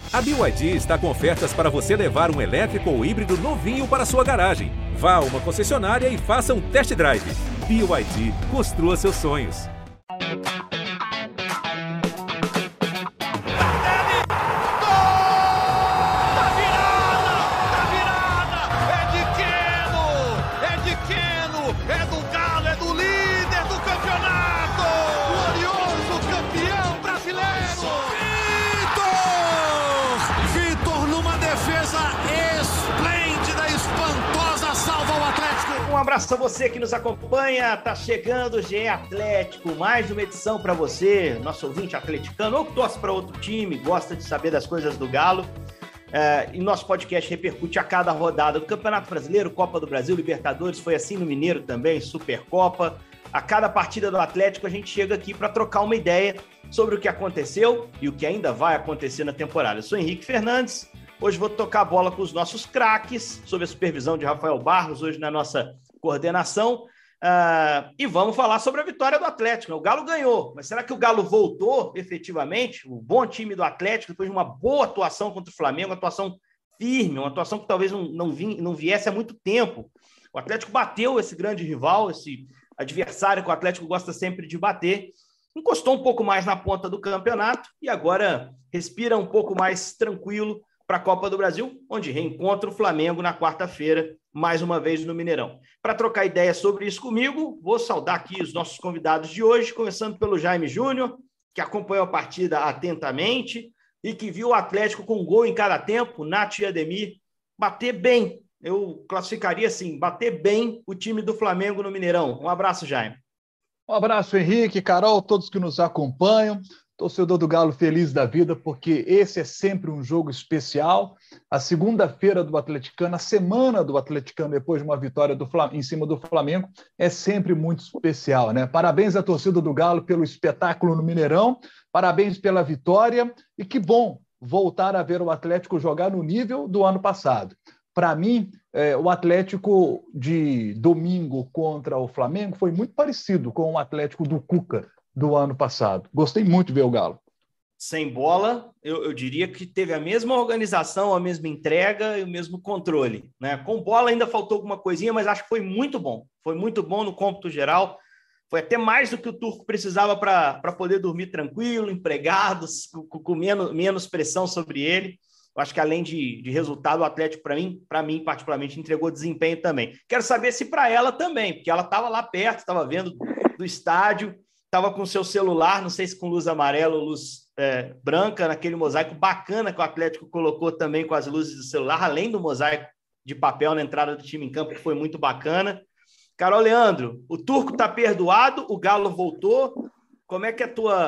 A BYD está com ofertas para você levar um elétrico ou híbrido novinho para sua garagem. Vá a uma concessionária e faça um test drive. BYD, construa seus sonhos. Um abraço a você que nos acompanha, tá chegando o GE Atlético, mais uma edição para você, nosso ouvinte atleticano, ou que torce para outro time, gosta de saber das coisas do Galo, e nosso podcast repercute a cada rodada do Campeonato Brasileiro, Copa do Brasil, Libertadores, foi assim no Mineiro também, Supercopa. A cada partida do Atlético a gente chega aqui para trocar uma ideia sobre o que aconteceu e o que ainda vai acontecer na temporada. Eu sou Henrique Fernandes. Hoje vou tocar a bola com os nossos craques, sob a supervisão de Rafael Barros, hoje na nossa coordenação, e vamos falar sobre a vitória do Atlético. O Galo ganhou, mas será que o Galo voltou efetivamente? O bom time do Atlético, depois de uma boa atuação contra o Flamengo, uma atuação firme, uma atuação que talvez não viesse há muito tempo. O Atlético bateu esse grande rival, esse adversário que o Atlético gosta sempre de bater, encostou um pouco mais na ponta do campeonato e agora respira um pouco mais tranquilo para a Copa do Brasil, onde reencontra o Flamengo na quarta-feira, mais uma vez no Mineirão. Para trocar ideia sobre isso comigo, vou saudar aqui os nossos convidados de hoje, começando pelo Jaime Júnior, que acompanhou a partida atentamente e que viu o Atlético com um gol em cada tempo, Nath e Ademir, bater bem. Eu classificaria assim, bater bem o time do Flamengo no Mineirão. Um abraço, Jaime. Um abraço, Henrique, Carol, todos que nos acompanham. Torcedor do Galo feliz da vida, porque esse é sempre um jogo especial. A segunda-feira do atleticano, a semana do atleticano, depois de uma vitória em cima do Flamengo, é sempre muito especial, né? Parabéns à torcida do Galo pelo espetáculo no Mineirão, parabéns pela vitória, e que bom voltar a ver o Atlético jogar no nível do ano passado. Para mim, o Atlético de domingo contra o Flamengo foi muito parecido com o Atlético do Cuca do ano passado. Gostei muito de ver o Galo. Sem bola, eu diria que teve a mesma organização, a mesma entrega e o mesmo controle, né? Com bola ainda faltou alguma coisinha, mas acho que foi muito bom. Foi muito bom no cômputo geral. Foi até mais do que o Turco precisava para poder dormir tranquilo, empregados, com menos pressão sobre ele. Eu acho que além de resultado, o Atlético, para mim particularmente, entregou desempenho também. Quero saber se para ela também, porque ela estava lá perto, estava vendo do estádio, estava com o seu celular, não sei se com luz amarela ou luz branca, naquele mosaico bacana que o Atlético colocou também com as luzes do celular, além do mosaico de papel na entrada do time em campo, que foi muito bacana. Carol Leandro, o Turco está perdoado, o Galo voltou. Como é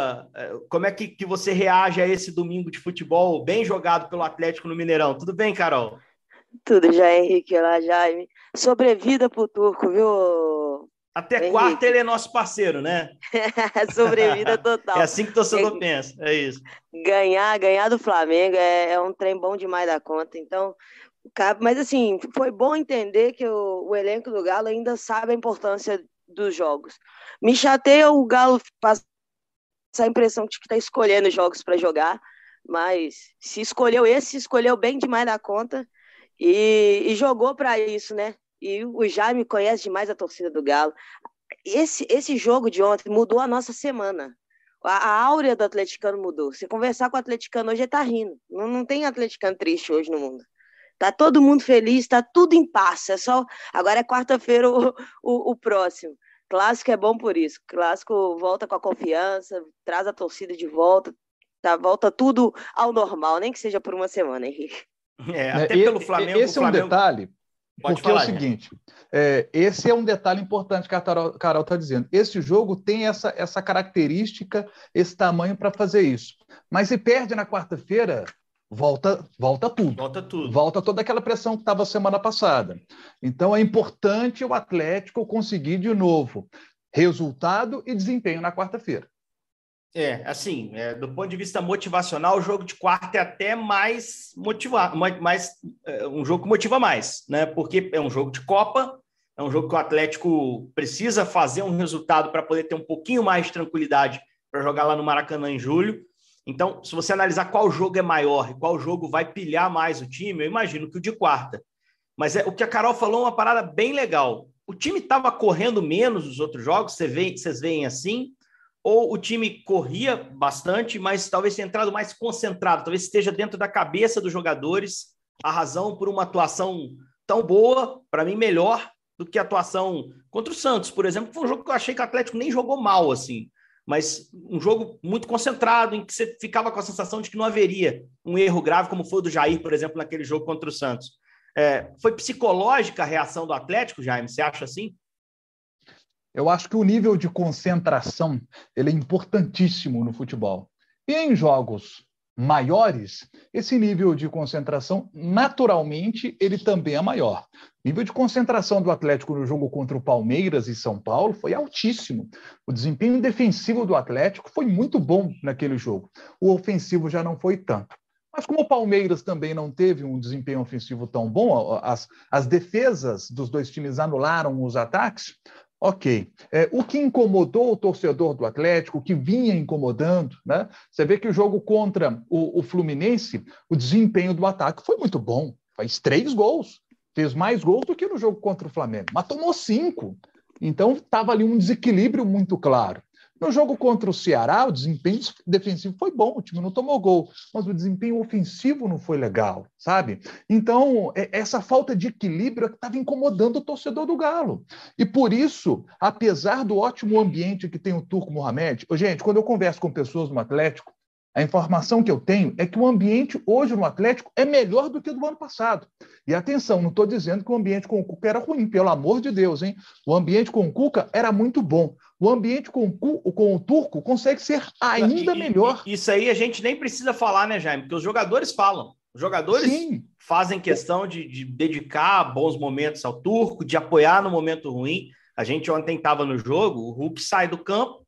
que você reage a esse domingo de futebol bem jogado pelo Atlético no Mineirão? Tudo bem, Carol? Tudo já, Henrique, lá, Jaime. Sobrevida pro Turco, viu? Até Henrique. quarta ele é nosso parceiro, né? Sobrevida total. É assim que o torcedor pensa, é isso. Ganhar do Flamengo é um trem bom demais da conta. Então, mas assim, foi bom entender que o elenco do Galo ainda sabe a importância dos jogos. Me chateia o Galo passar a impressão de que está escolhendo jogos para jogar, mas se escolheu bem demais da conta e jogou para isso, né? E o Jaime conhece demais a torcida do Galo. Esse jogo de ontem mudou a nossa semana. A áurea do atleticano mudou. Se conversar com o atleticano hoje, ele tá rindo. Não tem atleticano triste hoje no mundo. Tá todo mundo feliz, tá tudo em paz. Agora é quarta-feira o próximo. Clássico é bom por isso. Clássico volta com a confiança, traz a torcida de volta, volta tudo ao normal, nem que seja por uma semana, Henrique. Até pelo Flamengo. Esse é um detalhe. Pode porque é o seguinte, esse é um detalhe importante que a Carol está dizendo. Esse jogo tem essa característica, esse tamanho para fazer isso. Mas se perde na quarta-feira, volta tudo. Volta tudo. Volta toda aquela pressão que estava semana passada. Então é importante o Atlético conseguir de novo resultado e desempenho na quarta-feira. Do ponto de vista motivacional, o jogo de quarta é até mais um jogo que motiva mais, né? Porque é um jogo de Copa, é um jogo que o Atlético precisa fazer um resultado para poder ter um pouquinho mais de tranquilidade para jogar lá no Maracanã em julho. Então, se você analisar qual jogo é maior e qual jogo vai pilhar mais o time, eu imagino que o de quarta. Mas o que a Carol falou é uma parada bem legal. O time estava correndo menos nos outros jogos, vocês veem assim? Ou o time corria bastante, mas talvez tenha entrado mais concentrado, talvez esteja dentro da cabeça dos jogadores a razão por uma atuação tão boa, para mim melhor do que a atuação contra o Santos, por exemplo, que foi um jogo que eu achei que o Atlético nem jogou mal, assim, mas um jogo muito concentrado, em que você ficava com a sensação de que não haveria um erro grave, como foi o do Jair, por exemplo, naquele jogo contra o Santos. Foi psicológica a reação do Atlético, Jaime? Você acha assim? Eu acho que o nível de concentração ele é importantíssimo no futebol. E em jogos maiores, esse nível de concentração, naturalmente, ele também é maior. O nível de concentração do Atlético no jogo contra o Palmeiras e São Paulo foi altíssimo. O desempenho defensivo do Atlético foi muito bom naquele jogo. O ofensivo já não foi tanto. Mas como o Palmeiras também não teve um desempenho ofensivo tão bom, as defesas dos dois times anularam os ataques. Ok. O que incomodou o torcedor do Atlético, o que vinha incomodando, né? Você vê que o jogo contra o Fluminense, o desempenho do ataque foi muito bom. Fez 3 gols. Fez mais gols do que no jogo contra o Flamengo. Mas tomou 5. Então, estava ali um desequilíbrio muito claro. No jogo contra o Ceará, o desempenho defensivo foi bom, o time não tomou gol, mas o desempenho ofensivo não foi legal, sabe? Então, essa falta de equilíbrio é que estava incomodando o torcedor do Galo. E por isso, apesar do ótimo ambiente que tem o Turco Mohamed, gente, quando eu converso com pessoas no Atlético, a informação que eu tenho é que o ambiente hoje no Atlético é melhor do que o do ano passado. E atenção, não estou dizendo que o ambiente com o Cuca era ruim, pelo amor de Deus, hein? O ambiente com o Cuca era muito bom. O ambiente com o Turco consegue ser ainda melhor. Isso aí a gente nem precisa falar, né, Jaime? Porque os jogadores falam. Os jogadores fazem questão de dedicar bons momentos ao Turco, de apoiar no momento ruim. A gente ontem estava no jogo, o Hulk sai do campo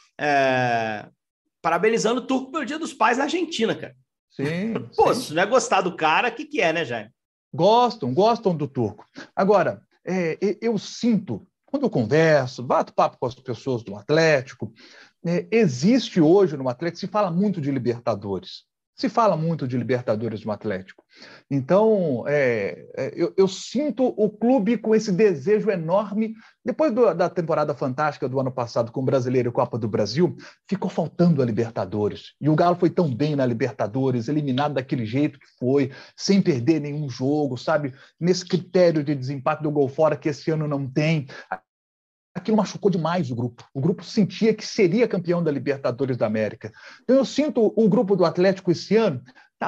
parabenizando o Turco pelo Dia dos Pais na Argentina, cara. Sim. Pô, se não é gostar do cara, o que é, né, Jaime? Gostam do Turco. Agora, eu sinto, quando eu converso, bato papo com as pessoas do Atlético, existe hoje no Atlético, se fala muito de Libertadores. Se fala muito de Libertadores no Atlético. Então, eu sinto o clube com esse desejo enorme. Depois da temporada fantástica do ano passado com o Brasileiro e Copa do Brasil, ficou faltando a Libertadores. E o Galo foi tão bem na Libertadores, eliminado daquele jeito que foi, sem perder nenhum jogo, sabe? Nesse critério de desempate do gol fora que esse ano não tem. Aquilo machucou demais o grupo. O grupo sentia que seria campeão da Libertadores da América. Então eu sinto o grupo do Atlético esse ano está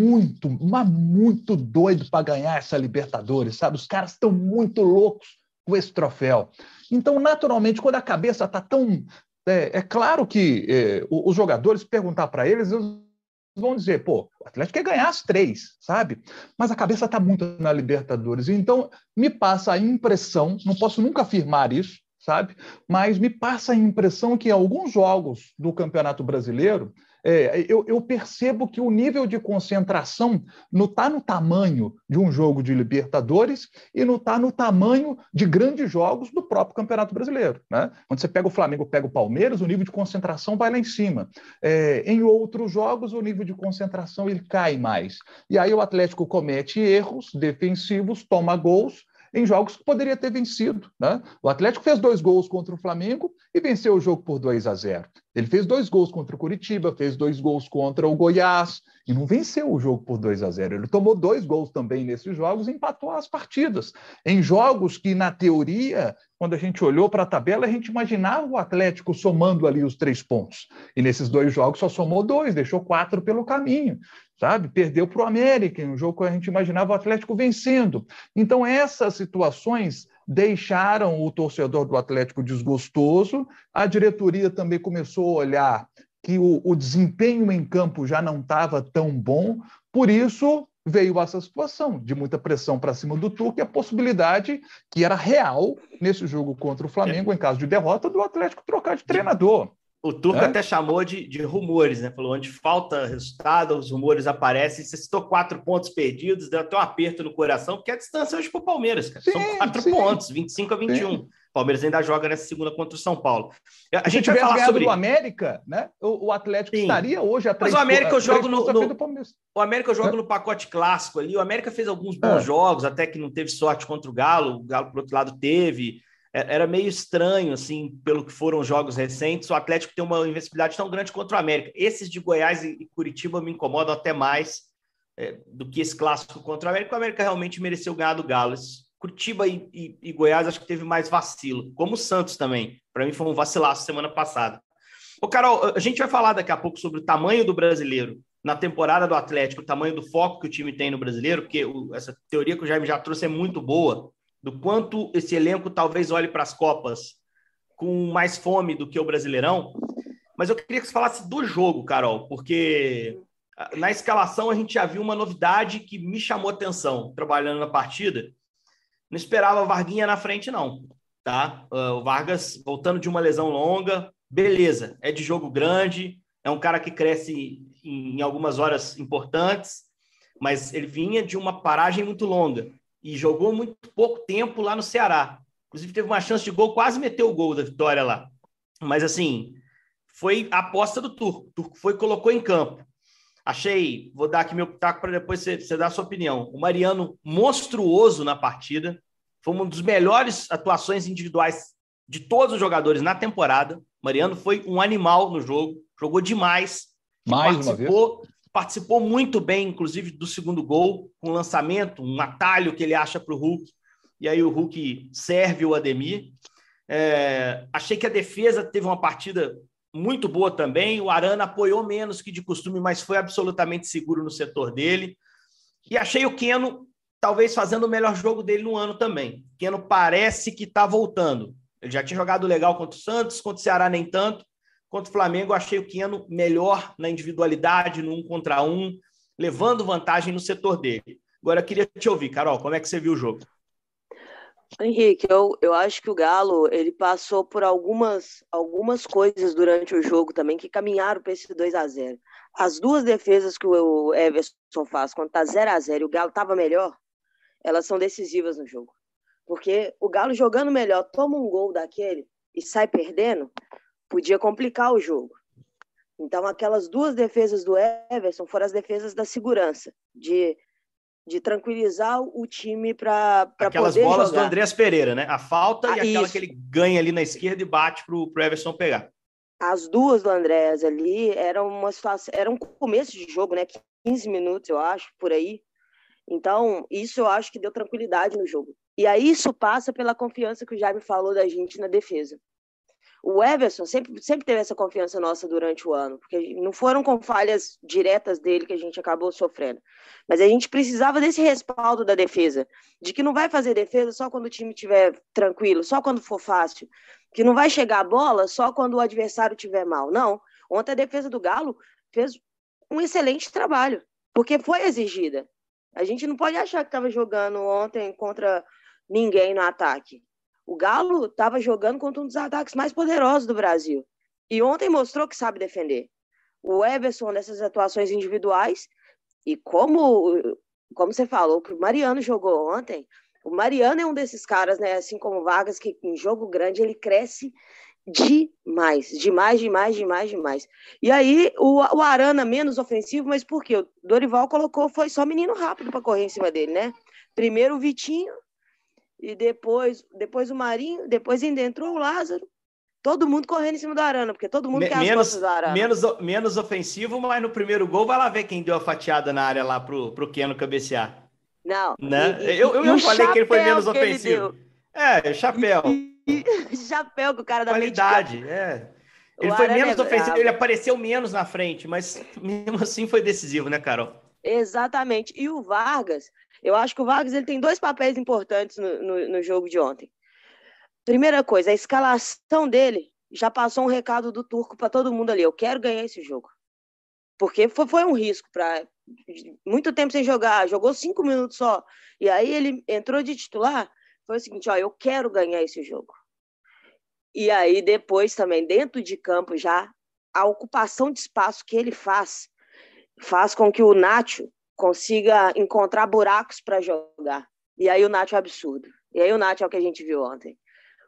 muito doido para ganhar essa Libertadores, sabe? Os caras estão muito loucos com esse troféu. Então, naturalmente, quando a cabeça está tão... É claro que os jogadores, perguntar para eles vão dizer, pô, o Atlético quer ganhar as 3, sabe? Mas a cabeça está muito na Libertadores. Então, me passa a impressão, não posso nunca afirmar isso, sabe? Mas me passa a impressão que em alguns jogos do Campeonato Brasileiro, eu percebo que o nível de concentração não está no tamanho de um jogo de Libertadores e não está no tamanho de grandes jogos do próprio Campeonato Brasileiro, né? Quando você pega o Flamengo, pega o Palmeiras, o nível de concentração vai lá em cima. Em outros jogos, o nível de concentração ele cai mais. E aí o Atlético comete erros defensivos, toma gols, em jogos que poderia ter vencido, né? O Atlético fez 2 gols contra o Flamengo e venceu o jogo por 2-0. Ele fez 2 gols contra o Curitiba, fez 2 gols contra o Goiás e não venceu o jogo por 2-0. Ele tomou 2 gols também nesses jogos e empatou as partidas. Em jogos que, na teoria, quando a gente olhou para a tabela, a gente imaginava o Atlético somando ali os 3 pontos. E nesses 2 jogos só somou 2, deixou 4 pelo caminho. Sabe? Perdeu para o América, em um jogo que a gente imaginava o Atlético vencendo. Então, essas situações deixaram o torcedor do Atlético desgostoso. A diretoria também começou a olhar que o desempenho em campo já não estava tão bom. Por isso, veio essa situação de muita pressão para cima do Turco e a possibilidade, que era real nesse jogo contra o Flamengo, em caso de derrota, do Atlético trocar de treinador. O Turco até chamou de rumores, né? Falou, onde falta resultado, os rumores aparecem. Você citou 4 pontos perdidos, deu até um aperto no coração, porque a distância hoje para o Palmeiras, cara. São 4 pontos, 25-21. Palmeiras ainda joga nessa segunda contra o São Paulo. A gente vai falar sobre do América, né? O Atlético estaria hoje a 3 pontos. Mas o América eu jogo o América eu jogo no pacote clássico ali. O América fez alguns bons jogos, até que não teve sorte contra o Galo por outro lado teve. Era meio estranho, assim, pelo que foram os jogos recentes. O Atlético tem uma invencibilidade tão grande contra o América. Esses de Goiás e Curitiba me incomodam até mais do que esse clássico contra o América. O América realmente mereceu ganhar do Galo. Curitiba e Goiás acho que teve mais vacilo, como o Santos também. Para mim foi um vacilaço semana passada. Ô, Carol, a gente vai falar daqui a pouco sobre o tamanho do brasileiro na temporada do Atlético, o tamanho do foco que o time tem no brasileiro, porque essa teoria que o Jaime já trouxe é muito boa, do quanto esse elenco talvez olhe para as Copas com mais fome do que o Brasileirão. Mas eu queria que você falasse do jogo, Carol, porque na escalação a gente já viu uma novidade que me chamou a atenção trabalhando na partida. Não esperava a Varguinha na frente, não. Tá? O Vargas voltando de uma lesão longa, beleza, é de jogo grande, é um cara que cresce em algumas horas importantes, mas ele vinha de uma paragem muito longa e jogou muito pouco tempo lá no Ceará. Inclusive teve uma chance de gol, quase meteu o gol da vitória lá. Mas assim, foi a aposta do Turco. O Turco foi e colocou em campo. Achei, vou dar aqui meu pitaco para depois você dar a sua opinião. O Mariano monstruoso na partida, foi uma das melhores atuações individuais de todos os jogadores na temporada. O Mariano foi um animal no jogo, jogou demais. Participou muito bem, inclusive, do segundo gol, com um lançamento, um atalho que ele acha para o Hulk, e aí o Hulk serve o Ademir. Achei que a defesa teve uma partida muito boa também. O Arana apoiou menos que de costume, mas foi absolutamente seguro no setor dele. E achei o Keno talvez fazendo o melhor jogo dele no ano também. O Keno parece que está voltando. Ele já tinha jogado legal contra o Santos, contra o Ceará nem tanto. Contra o Flamengo, eu achei o Keno melhor na individualidade, no 1 contra 1, levando vantagem no setor dele. Agora, eu queria te ouvir, Carol, como é que você viu o jogo? Henrique, eu acho que o Galo ele passou por algumas coisas durante o jogo também que caminharam para esse 2-0. As duas defesas que o Everson faz quando está 0-0 e o Galo estava melhor, elas são decisivas no jogo. Porque o Galo jogando melhor, toma um gol daquele e sai perdendo, podia complicar o jogo. Então, aquelas duas defesas do Everson foram as defesas da segurança, de tranquilizar o time para poder jogar. Aquelas bolas do Andreas Pereira, né? A falta e aquela que ele ganha ali na esquerda e bate para o Everson pegar. As duas do Andreas ali eram uma situação, era um começo de jogo, né? 15 minutos, eu acho, por aí. Então, isso eu acho que deu tranquilidade no jogo. E aí isso passa pela confiança que o Jaime falou da gente na defesa. O Everson sempre teve essa confiança nossa durante o ano, porque não foram com falhas diretas dele que a gente acabou sofrendo. Mas a gente precisava desse respaldo da defesa, de que não vai fazer defesa só quando o time estiver tranquilo, só quando for fácil, que não vai chegar a bola só quando o adversário estiver mal. Não, ontem a defesa do Galo fez um excelente trabalho, porque foi exigida. A gente não pode achar que estava jogando ontem contra ninguém no ataque. O Galo estava jogando contra um dos ataques mais poderosos do Brasil. E ontem mostrou que sabe defender. O Everson nessas atuações individuais, e como você falou, que o Mariano jogou ontem, o Mariano é um desses caras, né, assim como o Vargas, que em jogo grande ele cresce demais. E aí o Arana menos ofensivo, mas por quê? O Dorival foi só menino rápido para correr em cima dele, né? Primeiro o Vitinho, e depois o Marinho, depois ainda entrou o Lázaro, todo mundo correndo em cima do Arana, porque todo mundo quer as costas do Arana. Menos ofensivo, mas no primeiro gol vai lá ver quem deu a fatiada na área lá pro Keno cabecear. Não. Né? Eu falei que ele foi menos ofensivo. Chapéu. Chapéu que o cara da qualidade, Ele foi menos ofensivo, ele apareceu menos na frente, mas mesmo assim foi decisivo, né, Carol? Exatamente. E o Vargas, eu acho que o Vargas ele tem dois papéis importantes no jogo de ontem. Primeira coisa, a escalação dele já passou um recado do Turco para todo mundo ali. Eu quero ganhar esse jogo. Porque foi um risco para muito tempo sem jogar, jogou 5 minutos só. E aí ele entrou de titular, foi o seguinte, eu quero ganhar esse jogo. E aí depois também, dentro de campo já, a ocupação de espaço que ele faz com que o Nacho consiga encontrar buracos para jogar. E aí o Nacho é absurdo. E aí o Nacho é o que a gente viu ontem.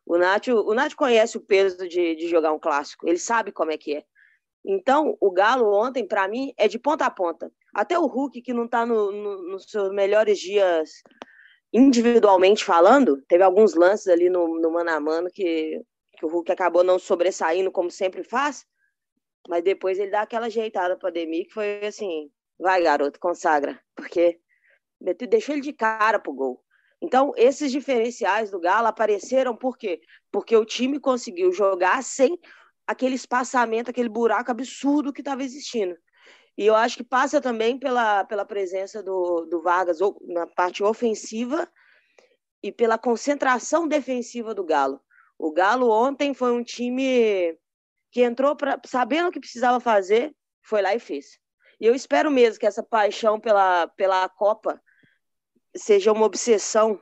O Nacho conhece o peso de jogar um clássico, ele sabe como é que é. Então, o Galo ontem, para mim, é de ponta a ponta. Até o Hulk, que não está nos seus melhores dias individualmente falando, teve alguns lances ali no mano a mano que o Hulk acabou não sobressaindo como sempre faz, mas depois ele dá aquela ajeitada para o Ademir, que foi assim, vai garoto, consagra, porque deixou ele de cara pro gol. Então, esses diferenciais do Galo apareceram por quê? Porque o time conseguiu jogar sem aquele espaçamento, aquele buraco absurdo que estava existindo. E eu acho que passa também pela presença do Vargas na parte ofensiva e pela concentração defensiva do Galo. O Galo ontem foi um time que entrou sabendo o que precisava fazer, foi lá e fez. E eu espero mesmo que essa paixão pela Copa seja uma obsessão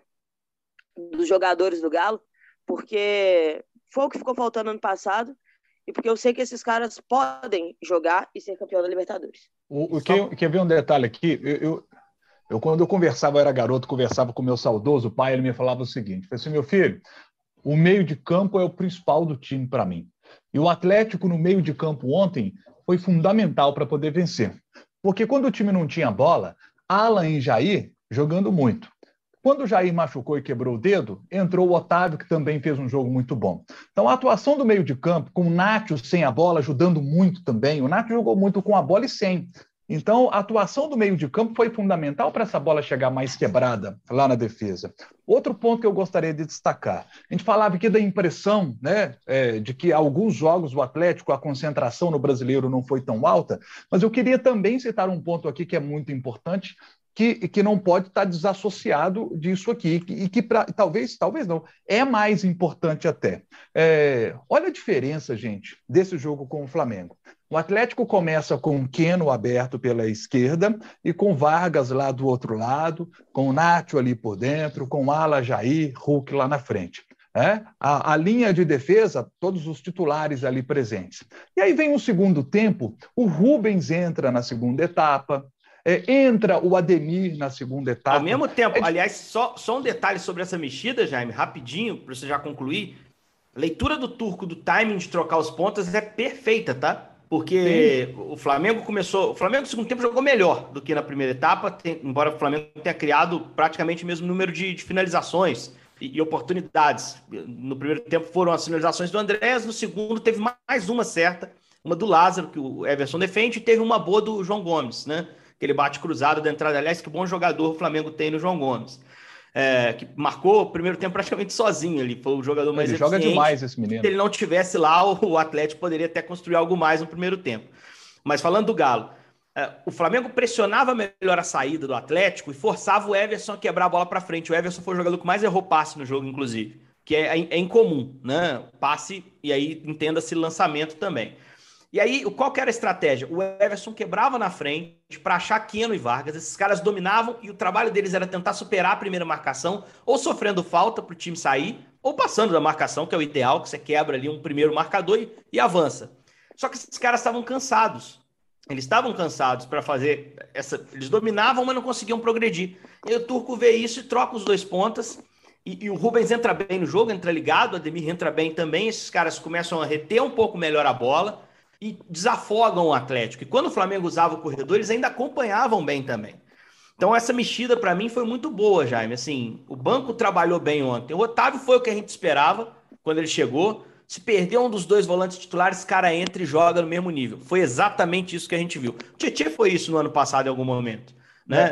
dos jogadores do Galo, porque foi o que ficou faltando ano passado, e porque eu sei que esses caras podem jogar e ser campeão da Libertadores. Quer ver um detalhe aqui? Eu, quando eu conversava, eu era garoto, conversava com o meu saudoso pai, ele me falava o seguinte, falei assim, meu filho, o meio de campo é o principal do time para mim. E o Atlético no meio de campo ontem foi fundamental para poder vencer. Porque quando o time não tinha bola, Alan e Jair jogando muito. Quando o Jair machucou e quebrou o dedo, entrou o Otávio, que também fez um jogo muito bom. Então, a atuação do meio de campo, com o Nacho sem a bola, ajudando muito também. O Nacho jogou muito com a bola e sem. Então, a atuação do meio de campo foi fundamental para essa bola chegar mais quebrada lá na defesa. Outro ponto que eu gostaria de destacar. A gente falava aqui da impressão, né, de que alguns jogos do Atlético, a concentração no Brasileiro não foi tão alta, mas eu queria também citar um ponto aqui que é muito importante, que não pode estar desassociado disso aqui, e que talvez não, é mais importante até. Olha a diferença, gente, desse jogo com o Flamengo. O Atlético começa com o Keno aberto pela esquerda e com Vargas lá do outro lado, com o Nacho ali por dentro, com Ala, Jair, Hulk lá na frente. A linha de defesa, todos os titulares ali presentes. E aí vem o segundo tempo, o Rubens entra na segunda etapa, entra o Ademir na segunda etapa. Ao mesmo tempo, aliás, só um detalhe sobre essa mexida, Jaime, rapidinho, para você já concluir. A leitura do Turco do timing de trocar os pontas é perfeita, tá? Porque sim, o Flamengo no segundo tempo jogou melhor do que na primeira etapa, embora o Flamengo tenha criado praticamente o mesmo número de finalizações e oportunidades. No primeiro tempo foram as finalizações do Andrés, no segundo teve mais uma certa, uma do Lázaro, que o Everson defende, e teve uma boa do João Gomes, né? Aquele bate cruzado da entrada. Aliás, que bom jogador o Flamengo tem no João Gomes. Que marcou o primeiro tempo praticamente sozinho. Ele foi o jogador mais eficiente. Ele joga demais, esse menino. Se ele não tivesse lá, o Atlético poderia até construir algo mais no primeiro tempo. Mas falando do Galo, o Flamengo pressionava melhor a saída do Atlético e forçava o Everson a quebrar a bola para frente. O Everson foi o jogador que mais errou passe no jogo, inclusive, que é incomum, né? Passe, e aí entenda-se lançamento também. E aí, qual que era a estratégia? O Everson quebrava na frente para achar Keno e Vargas. Esses caras dominavam e o trabalho deles era tentar superar a primeira marcação, ou sofrendo falta para o time sair, ou passando da marcação, que é o ideal, que você quebra ali um primeiro marcador e avança. Só que esses caras estavam cansados. Eles estavam cansados para fazer essa... Eles dominavam, mas não conseguiam progredir. E aí o Turco vê isso e troca os dois pontas. E o Rubens entra bem no jogo, entra ligado, o Ademir entra bem também. Esses caras começam a reter um pouco melhor a bola e desafogam o Atlético. E quando o Flamengo usava o corredor, eles ainda acompanhavam bem também. Então essa mexida para mim foi muito boa, Jaime. Assim, o banco trabalhou bem ontem. O Otávio foi o que a gente esperava quando ele chegou. Se perdeu um dos dois volantes titulares, o cara entra e joga no mesmo nível. Foi exatamente isso que a gente viu. O Tietê foi isso no ano passado em algum momento, né?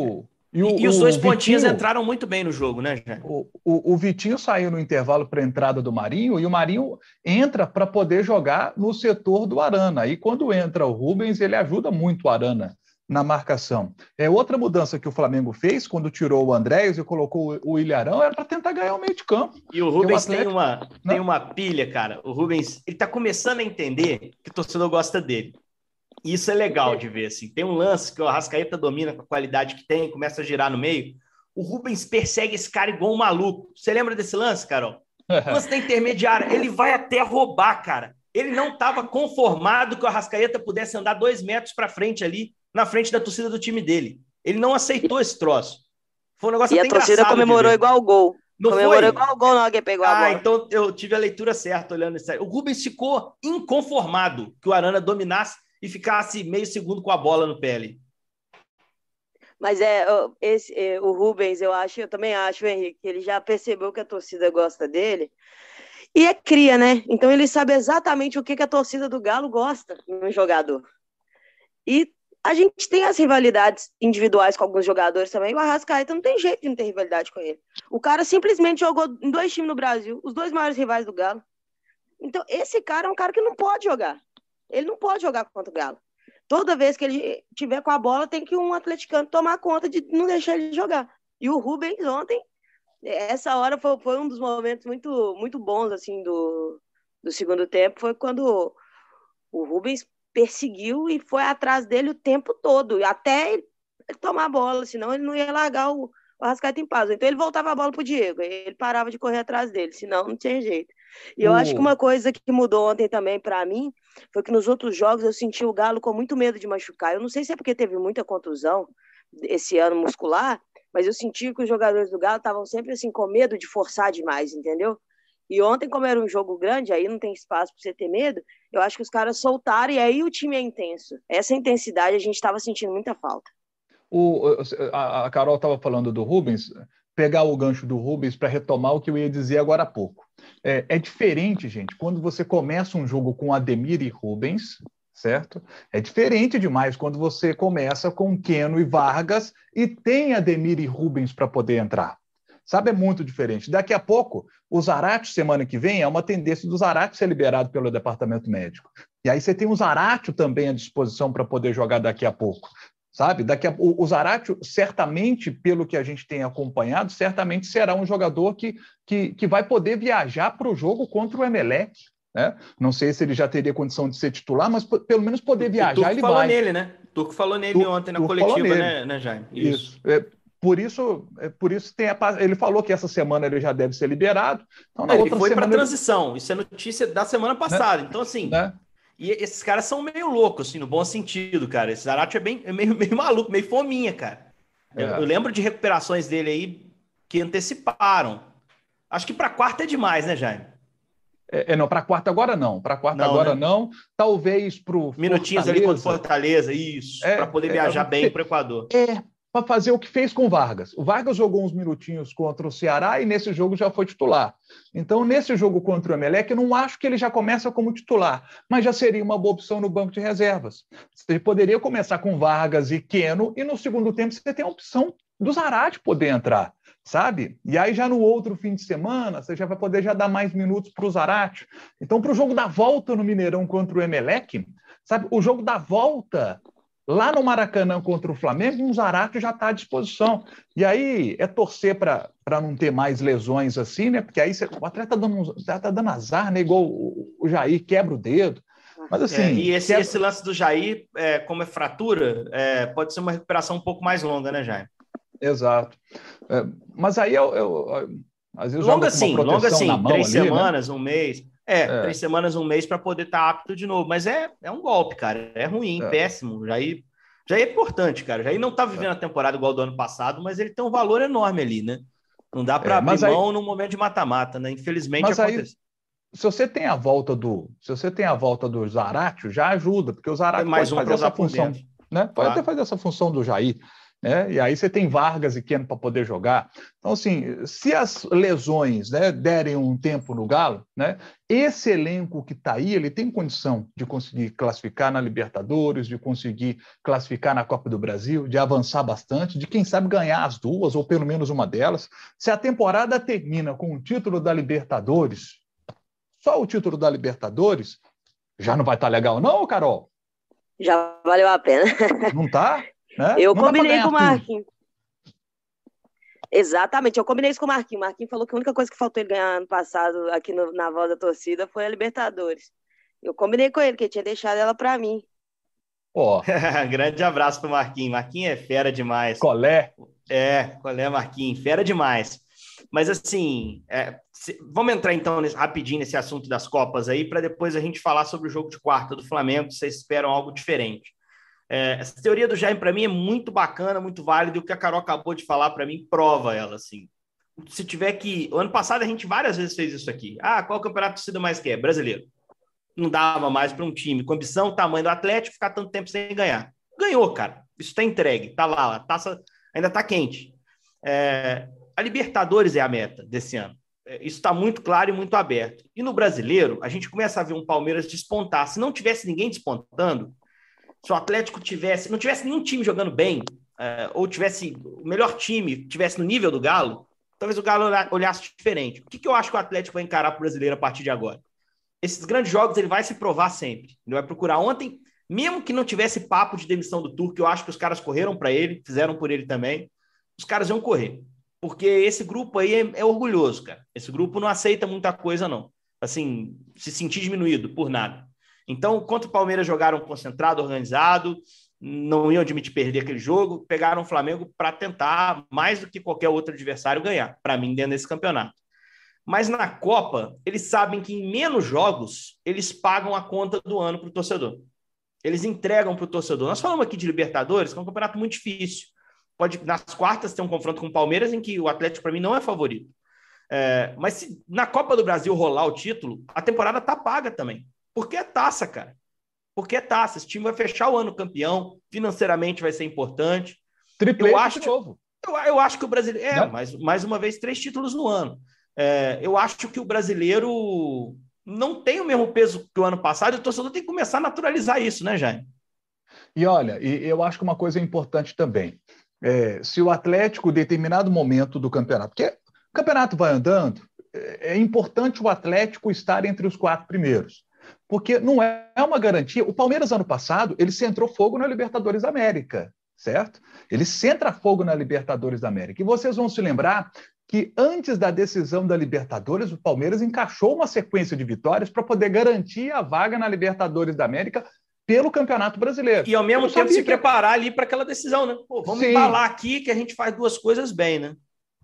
E os dois pontinhos entraram muito bem no jogo, né, Jaime? O Vitinho saiu no intervalo para a entrada do Marinho, e o Marinho entra para poder jogar no setor do Arana. E quando entra o Rubens, ele ajuda muito o Arana na marcação. Outra mudança que o Flamengo fez, quando tirou o Andrés e colocou o Ilharão, era para tentar ganhar o meio de campo. E o Rubens tem uma pilha, cara. O Rubens, ele tá começando a entender que o torcedor gosta dele. E isso é legal de ver, assim. Tem um lance que o Arrascaeta domina com a qualidade que tem, começa a girar no meio. O Rubens persegue esse cara igual um maluco. Você lembra desse lance, Carol? O lance da intermediária. Ele vai até roubar, cara. Ele não estava conformado que o Arrascaeta pudesse andar 2 metros para frente ali, na frente da torcida do time dele. Ele não aceitou esse troço. Foi um negócio até engraçado. E a torcida comemorou igual o gol. Não Comemorou foi? igual o gol na hora que ele pegou a bola. Então eu tive a leitura certa olhando isso aí. O Rubens ficou inconformado que o Arana dominasse e ficasse meio segundo com a bola no pé ali. Mas o Rubens, eu também acho, Henrique, ele já percebeu que a torcida gosta dele. E é cria, né? Então ele sabe exatamente o que a torcida do Galo gosta no jogador. E a gente tem as rivalidades individuais com alguns jogadores também. O Arrascaeta não tem jeito de não ter rivalidade com ele. O cara simplesmente jogou em 2 times no Brasil, os 2 maiores rivais do Galo. Então esse cara é um cara que não pode jogar. Ele não pode jogar contra o Galo. Toda vez que ele tiver com a bola, tem que um atleticano tomar conta de não deixar ele jogar. E o Rubens ontem, essa hora foi um dos momentos muito, muito bons assim, do segundo tempo, foi quando o Rubens perseguiu e foi atrás dele o tempo todo, até ele tomar a bola, senão ele não ia largar o Arrascaeta em paz. Então ele voltava a bola pro Diego, ele parava de correr atrás dele, senão não tinha jeito. E eu acho que uma coisa que mudou ontem também para mim foi que nos outros jogos eu senti o Galo com muito medo de machucar. Eu não sei se é porque teve muita contusão esse ano muscular, mas eu senti que os jogadores do Galo estavam sempre assim com medo de forçar demais, entendeu? E ontem, como era um jogo grande, aí não tem espaço para você ter medo, eu acho que os caras soltaram e aí o time é intenso. Essa intensidade a gente estava sentindo muita falta. A Carol estava falando do Rubens, pegar o gancho do Rubens para retomar o que eu ia dizer agora há pouco. É diferente, gente, quando você começa um jogo com Ademir e Rubens, certo? É diferente demais quando você começa com Keno e Vargas e tem Ademir e Rubens para poder entrar. Sabe, é muito diferente. Daqui a pouco, o Zaratio, semana que vem, é uma tendência do Zaratio ser liberado pelo departamento médico. E aí você tem o Zaratio também à disposição para poder jogar daqui a pouco. Sabe? O Zaratio, certamente, pelo que a gente tem acompanhado, certamente será um jogador que vai poder viajar para o jogo contra o Emelec. Né? Não sei se ele já teria condição de ser titular, mas pelo menos poder viajar, ele vai. O Turco falou nele ontem na coletiva, né, Jaime? Isso. Por isso tem ele falou que essa semana ele já deve ser liberado. Então, ele foi para transição. Isso é notícia da semana passada. Né? Então, assim, né? E esses caras são meio loucos, assim, no bom sentido, cara. Esse Zaratio é meio maluco, meio fominha, cara. Eu lembro de recuperações dele aí que anteciparam. Acho que para quarta é demais, né, Jaime? Não, para quarta agora não. Para quarta agora não. Talvez para o minutinhos ali contra o Fortaleza, isso. Para poder viajar bem para o Equador. Para fazer o que fez com o Vargas. O Vargas jogou uns minutinhos contra o Ceará e nesse jogo já foi titular. Então, nesse jogo contra o Emelec, eu não acho que ele já começa como titular, mas já seria uma boa opção no banco de reservas. Você poderia começar com Vargas e Keno e no segundo tempo você tem a opção do Zaratio poder entrar, sabe? E aí já no outro fim de semana você já vai poder já dar mais minutos para o Zaratio. Então, para o jogo da volta no Mineirão contra o Emelec, sabe? O jogo da volta lá no Maracanã contra o Flamengo, um Zaratio já está à disposição. E aí é torcer para não ter mais lesões assim, né? Porque aí o atleta tá dando azar, né? Igual o Jair quebra o dedo. Mas assim. E esse lance do Jair, como é fratura, pode ser uma recuperação um pouco mais longa, né, Jair? Exato. Mas aí às vezes longa sim, 3 semanas, né? Um mês. 3 semanas, um mês para poder estar apto de novo. Mas é um golpe, cara. É ruim, péssimo. Jair é importante, cara. Jair não tá vivendo a temporada igual do ano passado, mas ele tem um valor enorme ali, né? Não dá para abrir mão no momento de mata-mata, né? Infelizmente acontece. Aí, se você tem a volta do Zaratio, já ajuda, porque o Zaratio pode fazer essa função, né? Pode até fazer essa função do Jair. E aí você tem Vargas e Keno para poder jogar. Então, assim, se as lesões, né, derem um tempo no Galo, né, esse elenco que está aí, ele tem condição de conseguir classificar na Libertadores, de conseguir classificar na Copa do Brasil, de avançar bastante, de quem sabe ganhar as duas, ou pelo menos uma delas. Se a temporada termina com o título da Libertadores, só o título da Libertadores, já não vai estar legal não, Carol? Já valeu a pena. Não tá? Né? Eu combinei com o Marquinhos. Exatamente, eu combinei isso com o Marquinhos. O Marquinhos falou que a única coisa que faltou ele ganhar ano passado aqui na voz da torcida foi a Libertadores. Eu combinei com ele, que ele tinha deixado ela para mim. Grande abraço pro Marquinhos. Marquinhos é fera demais. Colé, Marquinhos, fera demais. Mas assim, vamos entrar então rapidinho nesse assunto das Copas aí, para depois a gente falar sobre o jogo de quarta do Flamengo, se vocês esperam algo diferente. Essa teoria do Jaime, para mim, é muito bacana, muito válida, e o que a Carol acabou de falar, para mim, prova ela, assim. se tiver que... O ano passado a gente várias vezes fez isso aqui. Qual campeonato a torcida mais quer? Brasileiro. Não dava mais para um time com ambição, tamanho do Atlético, ficar tanto tempo sem ganhar. Ganhou, cara. Isso está entregue. Está lá. A taça ainda está quente. A Libertadores é a meta desse ano. Isso está muito claro e muito aberto. E no Brasileiro, a gente começa a ver um Palmeiras despontar. Se não tivesse ninguém despontando, se o Atlético não tivesse nenhum time jogando bem, ou tivesse o melhor time, tivesse no nível do Galo, talvez o Galo olhasse diferente. O que eu acho que o Atlético vai encarar para o Brasileiro a partir de agora? Esses grandes jogos ele vai se provar sempre. Ele vai procurar ontem, mesmo que não tivesse papo de demissão do Turco, eu acho que os caras correram para ele, fizeram por ele também, os caras iam correr. Porque esse grupo aí é orgulhoso, cara. Esse grupo não aceita muita coisa, não. Assim, se sentir diminuído por nada. Então, contra o Palmeiras jogaram concentrado, organizado, não iam admitir perder aquele jogo, pegaram o Flamengo para tentar, mais do que qualquer outro adversário, ganhar, para mim, dentro desse campeonato. Mas na Copa, eles sabem que em menos jogos, eles pagam a conta do ano para o torcedor. Eles entregam para o torcedor. Nós falamos aqui de Libertadores, que é um campeonato muito difícil. Nas quartas ter um confronto com o Palmeiras, em que o Atlético, para mim, não é favorito. Mas se na Copa do Brasil rolar o título, a temporada tá paga também. Porque é taça, cara. Porque é taça. Esse time vai fechar o ano campeão, financeiramente vai ser importante. Triplete de novo. Eu acho que o brasileiro... mais uma vez, 3 títulos no ano. Eu acho que o brasileiro não tem o mesmo peso que o ano passado e o torcedor tem que começar a naturalizar isso, né, Jaime? E olha, eu acho que uma coisa importante também, se o Atlético, em determinado momento do campeonato, porque o campeonato vai andando, é importante o Atlético estar entre os 4 primeiros, porque não é uma garantia. O Palmeiras, ano passado, ele centrou fogo na Libertadores da América, certo? Ele centra fogo na Libertadores da América. E vocês vão se lembrar que antes da decisão da Libertadores, o Palmeiras encaixou uma sequência de vitórias para poder garantir a vaga na Libertadores da América pelo Campeonato Brasileiro. E ao mesmo tempo se preparar ali para aquela decisão, né? Vamos embalar aqui que a gente faz 2 coisas bem, né?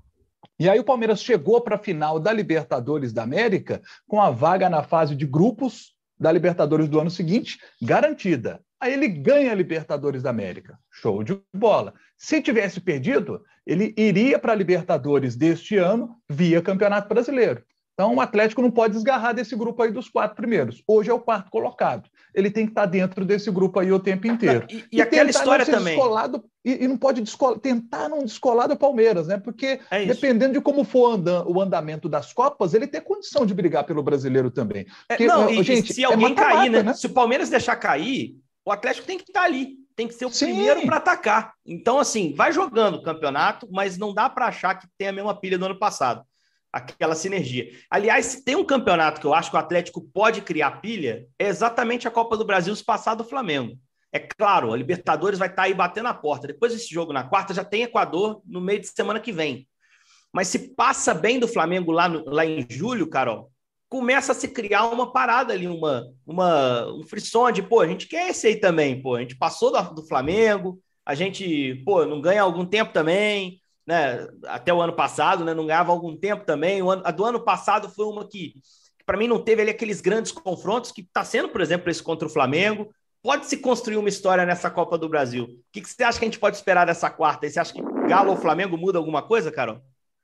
E aí o Palmeiras chegou para a final da Libertadores da América com a vaga na fase de grupos da Libertadores do ano seguinte garantida. Aí ele ganha a Libertadores da América. Show de bola. Se tivesse perdido, ele iria para a Libertadores deste ano via Campeonato Brasileiro. Então o Atlético não pode desgarrar desse grupo aí dos 4 primeiros. Hoje é o 4º colocado. Ele tem que estar dentro desse grupo aí o tempo inteiro. E aquela história também. E não pode tentar não descolar do Palmeiras, né? Porque dependendo de como for o andamento das Copas, ele tem condição de brigar pelo Brasileiro também. Porque, gente, se alguém cair, né? Se o Palmeiras deixar cair, o Atlético tem que estar ali. Tem que ser o primeiro para atacar. Então, assim, vai jogando o campeonato, mas não dá para achar que tem a mesma pilha do ano passado. Aquela sinergia. Aliás, se tem um campeonato que eu acho que o Atlético pode criar pilha, é exatamente a Copa do Brasil se passar do Flamengo. É claro, a Libertadores vai estar aí batendo a porta. Depois desse jogo na quarta, já tem Equador no meio de semana que vem. Mas se passa bem do Flamengo lá em julho, Carol, começa a se criar uma parada ali, um frisson de, a gente quer esse aí também, a gente passou do Flamengo, a gente, não ganha há algum tempo também, né? Até o ano passado, né? Não ganhava há algum tempo também. A do ano passado foi uma que para mim, não teve ali aqueles grandes confrontos que está sendo, por exemplo, esse contra o Flamengo. Pode-se construir uma história nessa Copa do Brasil. O que você acha que a gente pode esperar dessa quarta? E você acha que Galo ou Flamengo muda alguma coisa, Carol?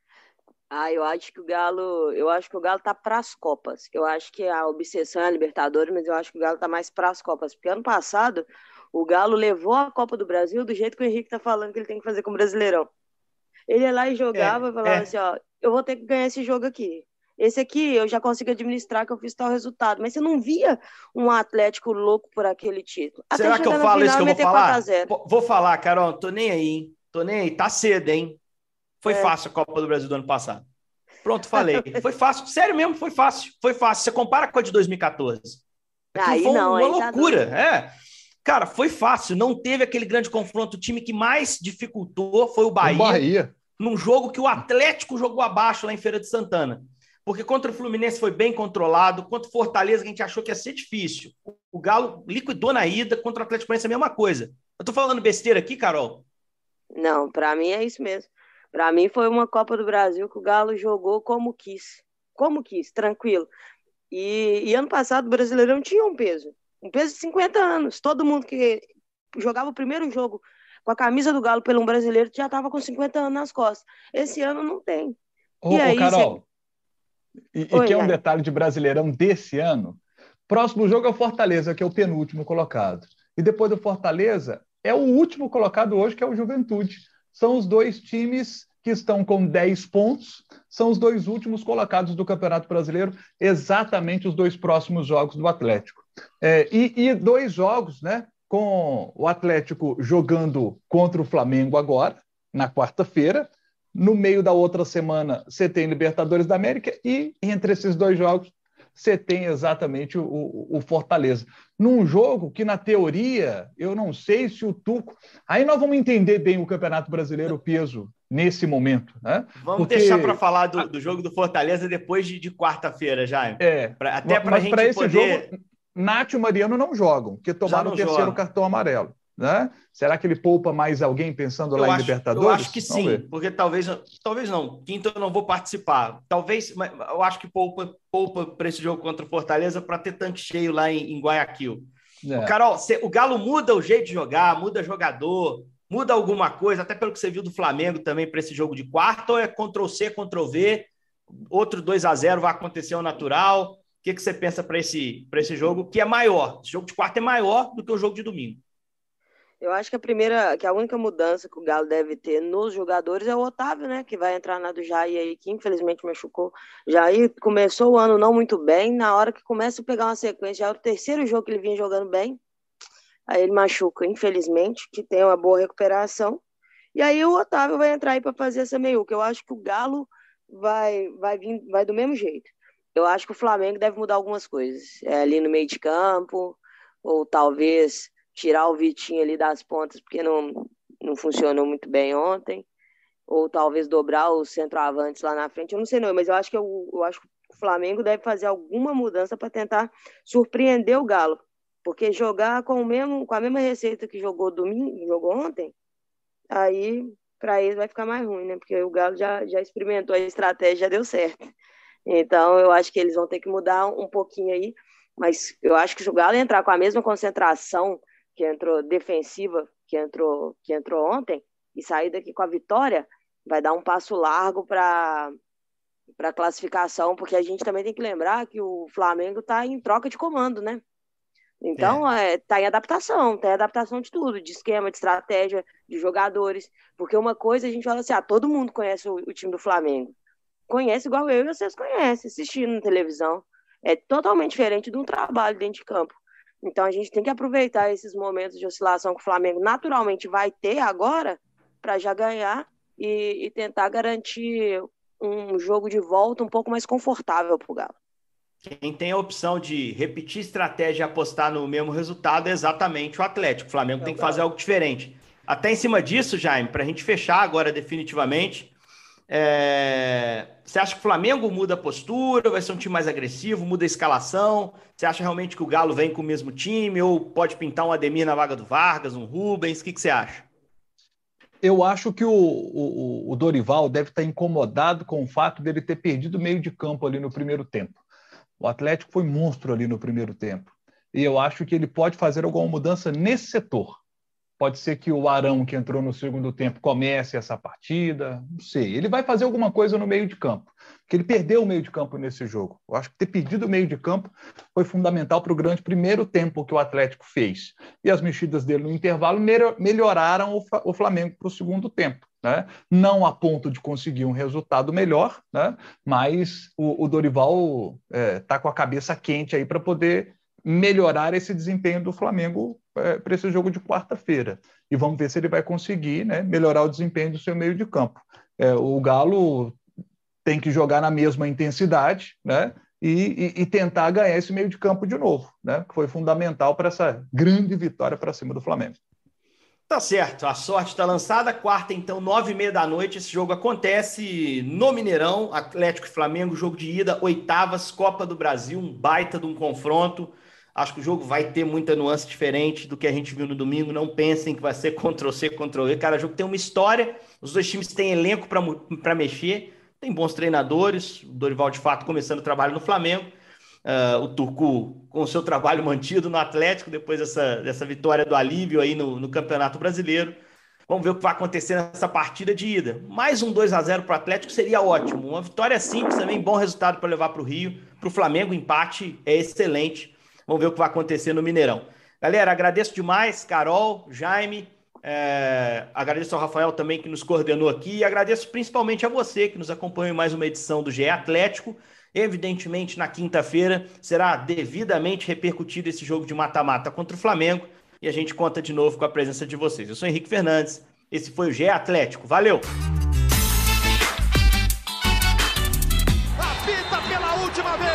Eu acho que o Galo tá para as Copas. Eu acho que a obsessão é a Libertadores, mas eu acho que o Galo tá mais para as Copas. Porque ano passado, o Galo levou a Copa do Brasil do jeito que o Henrique tá falando que ele tem que fazer com o Brasileirão. Ele ia lá e jogava e falava assim, eu vou ter que ganhar esse jogo aqui. Esse aqui eu já consigo administrar que eu fiz tal resultado. Mas você não via um Atlético louco por aquele título. Será que eu falo isso que eu vou falar? Vou falar, Carol, tô nem aí, hein? Tô nem aí, tá cedo, hein? Foi fácil a Copa do Brasil do ano passado. Pronto, falei. Foi fácil. Sério mesmo, foi fácil. Foi fácil. Você compara com a de 2014. Aí foi não, uma aí loucura. Tá Cara, foi fácil. Não teve aquele grande confronto. O time que mais dificultou foi o Bahia. Num jogo que o Atlético jogou abaixo lá em Feira de Santana. Porque contra o Fluminense foi bem controlado. Contra o Fortaleza, que a gente achou que ia ser difícil. O Galo liquidou na ida. Contra o Atlético Paranaense é a mesma coisa. Eu tô falando besteira aqui, Carol? Não, pra mim é isso mesmo. Pra mim foi uma Copa do Brasil que o Galo jogou como quis. Como quis, tranquilo. E ano passado o Brasileirão tinha um peso de 50 anos. Todo mundo que jogava o primeiro jogo com a camisa do Galo pelo um brasileiro já estava com 50 anos nas costas. Esse ano não tem. E aí, Carol, Oi, que é um Jaime. detalhe de Brasileirão desse ano, próximo jogo é o Fortaleza, que é o penúltimo colocado. E depois do Fortaleza, é o último colocado hoje, que é o Juventude. São os dois times que estão com 10 pontos, são os dois últimos colocados do Campeonato Brasileiro, exatamente os dois próximos jogos do Atlético. E dois jogos, né, com o Atlético jogando contra o Flamengo agora, na quarta-feira. No meio da outra semana, você tem Libertadores da América e entre esses dois jogos, você tem exatamente o Fortaleza. Num jogo que, na teoria, eu não sei se o Tuco... Aí nós vamos entender bem o Campeonato Brasileiro, o peso, nesse momento. Né? Vamos deixar para falar do jogo do Fortaleza depois de quarta-feira, Jaime. Até para a gente para esse poder... jogo, Nath e Mariano não jogam, porque tomaram o terceiro cartão amarelo. Né? Será que ele poupa mais alguém pensando lá em Libertadores? Eu acho que sim, porque talvez não. Quinto eu não vou participar. Talvez, mas eu acho que poupa para esse jogo contra o Fortaleza para ter tanque cheio lá em Guayaquil. Carol, o Galo muda o jeito de jogar, muda jogador, muda alguma coisa, até pelo que você viu do Flamengo também para esse jogo de quarta, ou é Ctrl-C, Ctrl-V, outro 2-0 vai acontecer ao natural? O que você pensa para esse jogo, que é maior? Esse jogo de quarta é maior do que o jogo de domingo. Eu acho que a única mudança que o Galo deve ter nos jogadores é o Otávio, né? Que vai entrar na do Jair aí, que infelizmente machucou. Jair começou o ano não muito bem, na hora que começa a pegar uma sequência, já é o terceiro jogo que ele vinha jogando bem, aí ele machuca, infelizmente, que tem uma boa recuperação. E aí o Otávio vai entrar aí para fazer essa meiuca. Eu acho que o Galo vai do mesmo jeito. Eu acho que o Flamengo deve mudar algumas coisas. Ali no meio de campo, ou talvez tirar o Vitinho ali das pontas, porque não funcionou muito bem ontem, ou talvez dobrar os centroavantes lá na frente, eu não sei não, mas eu acho que o Flamengo deve fazer alguma mudança para tentar surpreender o Galo, porque jogar com a mesma receita que jogou ontem, aí para eles vai ficar mais ruim, né? Porque o Galo já experimentou a estratégia, já deu certo. Então eu acho que eles vão ter que mudar um pouquinho aí, mas eu acho que se o Galo entrar com a mesma concentração que entrou defensiva, que entrou ontem, e sair daqui com a vitória, vai dar um passo largo para a classificação, porque a gente também tem que lembrar que o Flamengo está em troca de comando, né? Então, tá em adaptação, tem adaptação de tudo, de esquema, de estratégia, de jogadores, porque uma coisa a gente fala assim, todo mundo conhece o time do Flamengo, conhece igual eu e vocês conhecem, assistindo na televisão, é totalmente diferente de um trabalho dentro de campo. Então, a gente tem que aproveitar esses momentos de oscilação que o Flamengo naturalmente vai ter agora para já ganhar e tentar garantir um jogo de volta um pouco mais confortável para o Galo. Quem tem a opção de repetir estratégia e apostar no mesmo resultado é exatamente o Atlético. O Flamengo tem que fazer algo diferente. Até em cima disso, Jaime, para a gente fechar agora definitivamente, você acha que o Flamengo muda a postura, vai ser um time mais agressivo, muda a escalação? Você acha realmente que o Galo vem com o mesmo time ou pode pintar um Ademir na vaga do Vargas, um Rubens? O que você acha? Eu acho que o Dorival deve estar incomodado com o fato dele ter perdido o meio de campo ali no primeiro tempo. O Atlético foi monstro ali no primeiro tempo. E eu acho que ele pode fazer alguma mudança nesse setor. Pode ser que o Arão, que entrou no segundo tempo, comece essa partida. Não sei. Ele vai fazer alguma coisa no meio de campo. Porque ele perdeu o meio de campo nesse jogo. Eu acho que ter perdido o meio de campo foi fundamental para o grande primeiro tempo que o Atlético fez. E as mexidas dele no intervalo melhoraram o Flamengo para o segundo tempo. Né? Não a ponto de conseguir um resultado melhor, né? Mas o Dorival está com a cabeça quente aí para poder melhorar esse desempenho do Flamengo para esse jogo de quarta-feira. E vamos ver se ele vai conseguir, né, melhorar o desempenho do seu meio de campo. O Galo tem que jogar na mesma intensidade, né, e tentar ganhar esse meio de campo de novo, né, que foi fundamental para essa grande vitória para cima do Flamengo. Tá certo, a sorte está lançada. Quarta, então, 9h30 da noite. Esse jogo acontece no Mineirão, Atlético e Flamengo, jogo de ida, oitavas, Copa do Brasil, um baita de um confronto. Acho que o jogo vai ter muita nuance diferente do que a gente viu no domingo. Não pensem que vai ser Ctrl-C, Ctrl-V. Cara, o jogo tem uma história. Os dois times têm elenco para mexer. Tem bons treinadores. O Dorival, de fato, começando o trabalho no Flamengo. O Turco com o seu trabalho mantido no Atlético, depois dessa vitória do alívio aí no Campeonato Brasileiro. Vamos ver o que vai acontecer nessa partida de ida. Mais um 2-0 para o Atlético seria ótimo. Uma vitória simples também, bom resultado para levar para o Rio. Para o Flamengo, o empate é excelente. Vamos ver o que vai acontecer no Mineirão. Galera, agradeço demais, Carol, Jaime. Agradeço ao Rafael também que nos coordenou aqui. E agradeço principalmente a você que nos acompanha em mais uma edição do GE Atlético. Evidentemente, na quinta-feira será devidamente repercutido esse jogo de mata-mata contra o Flamengo. E a gente conta de novo com a presença de vocês. Eu sou Henrique Fernandes, esse foi o GE Atlético. Valeu! Apita pela última vez!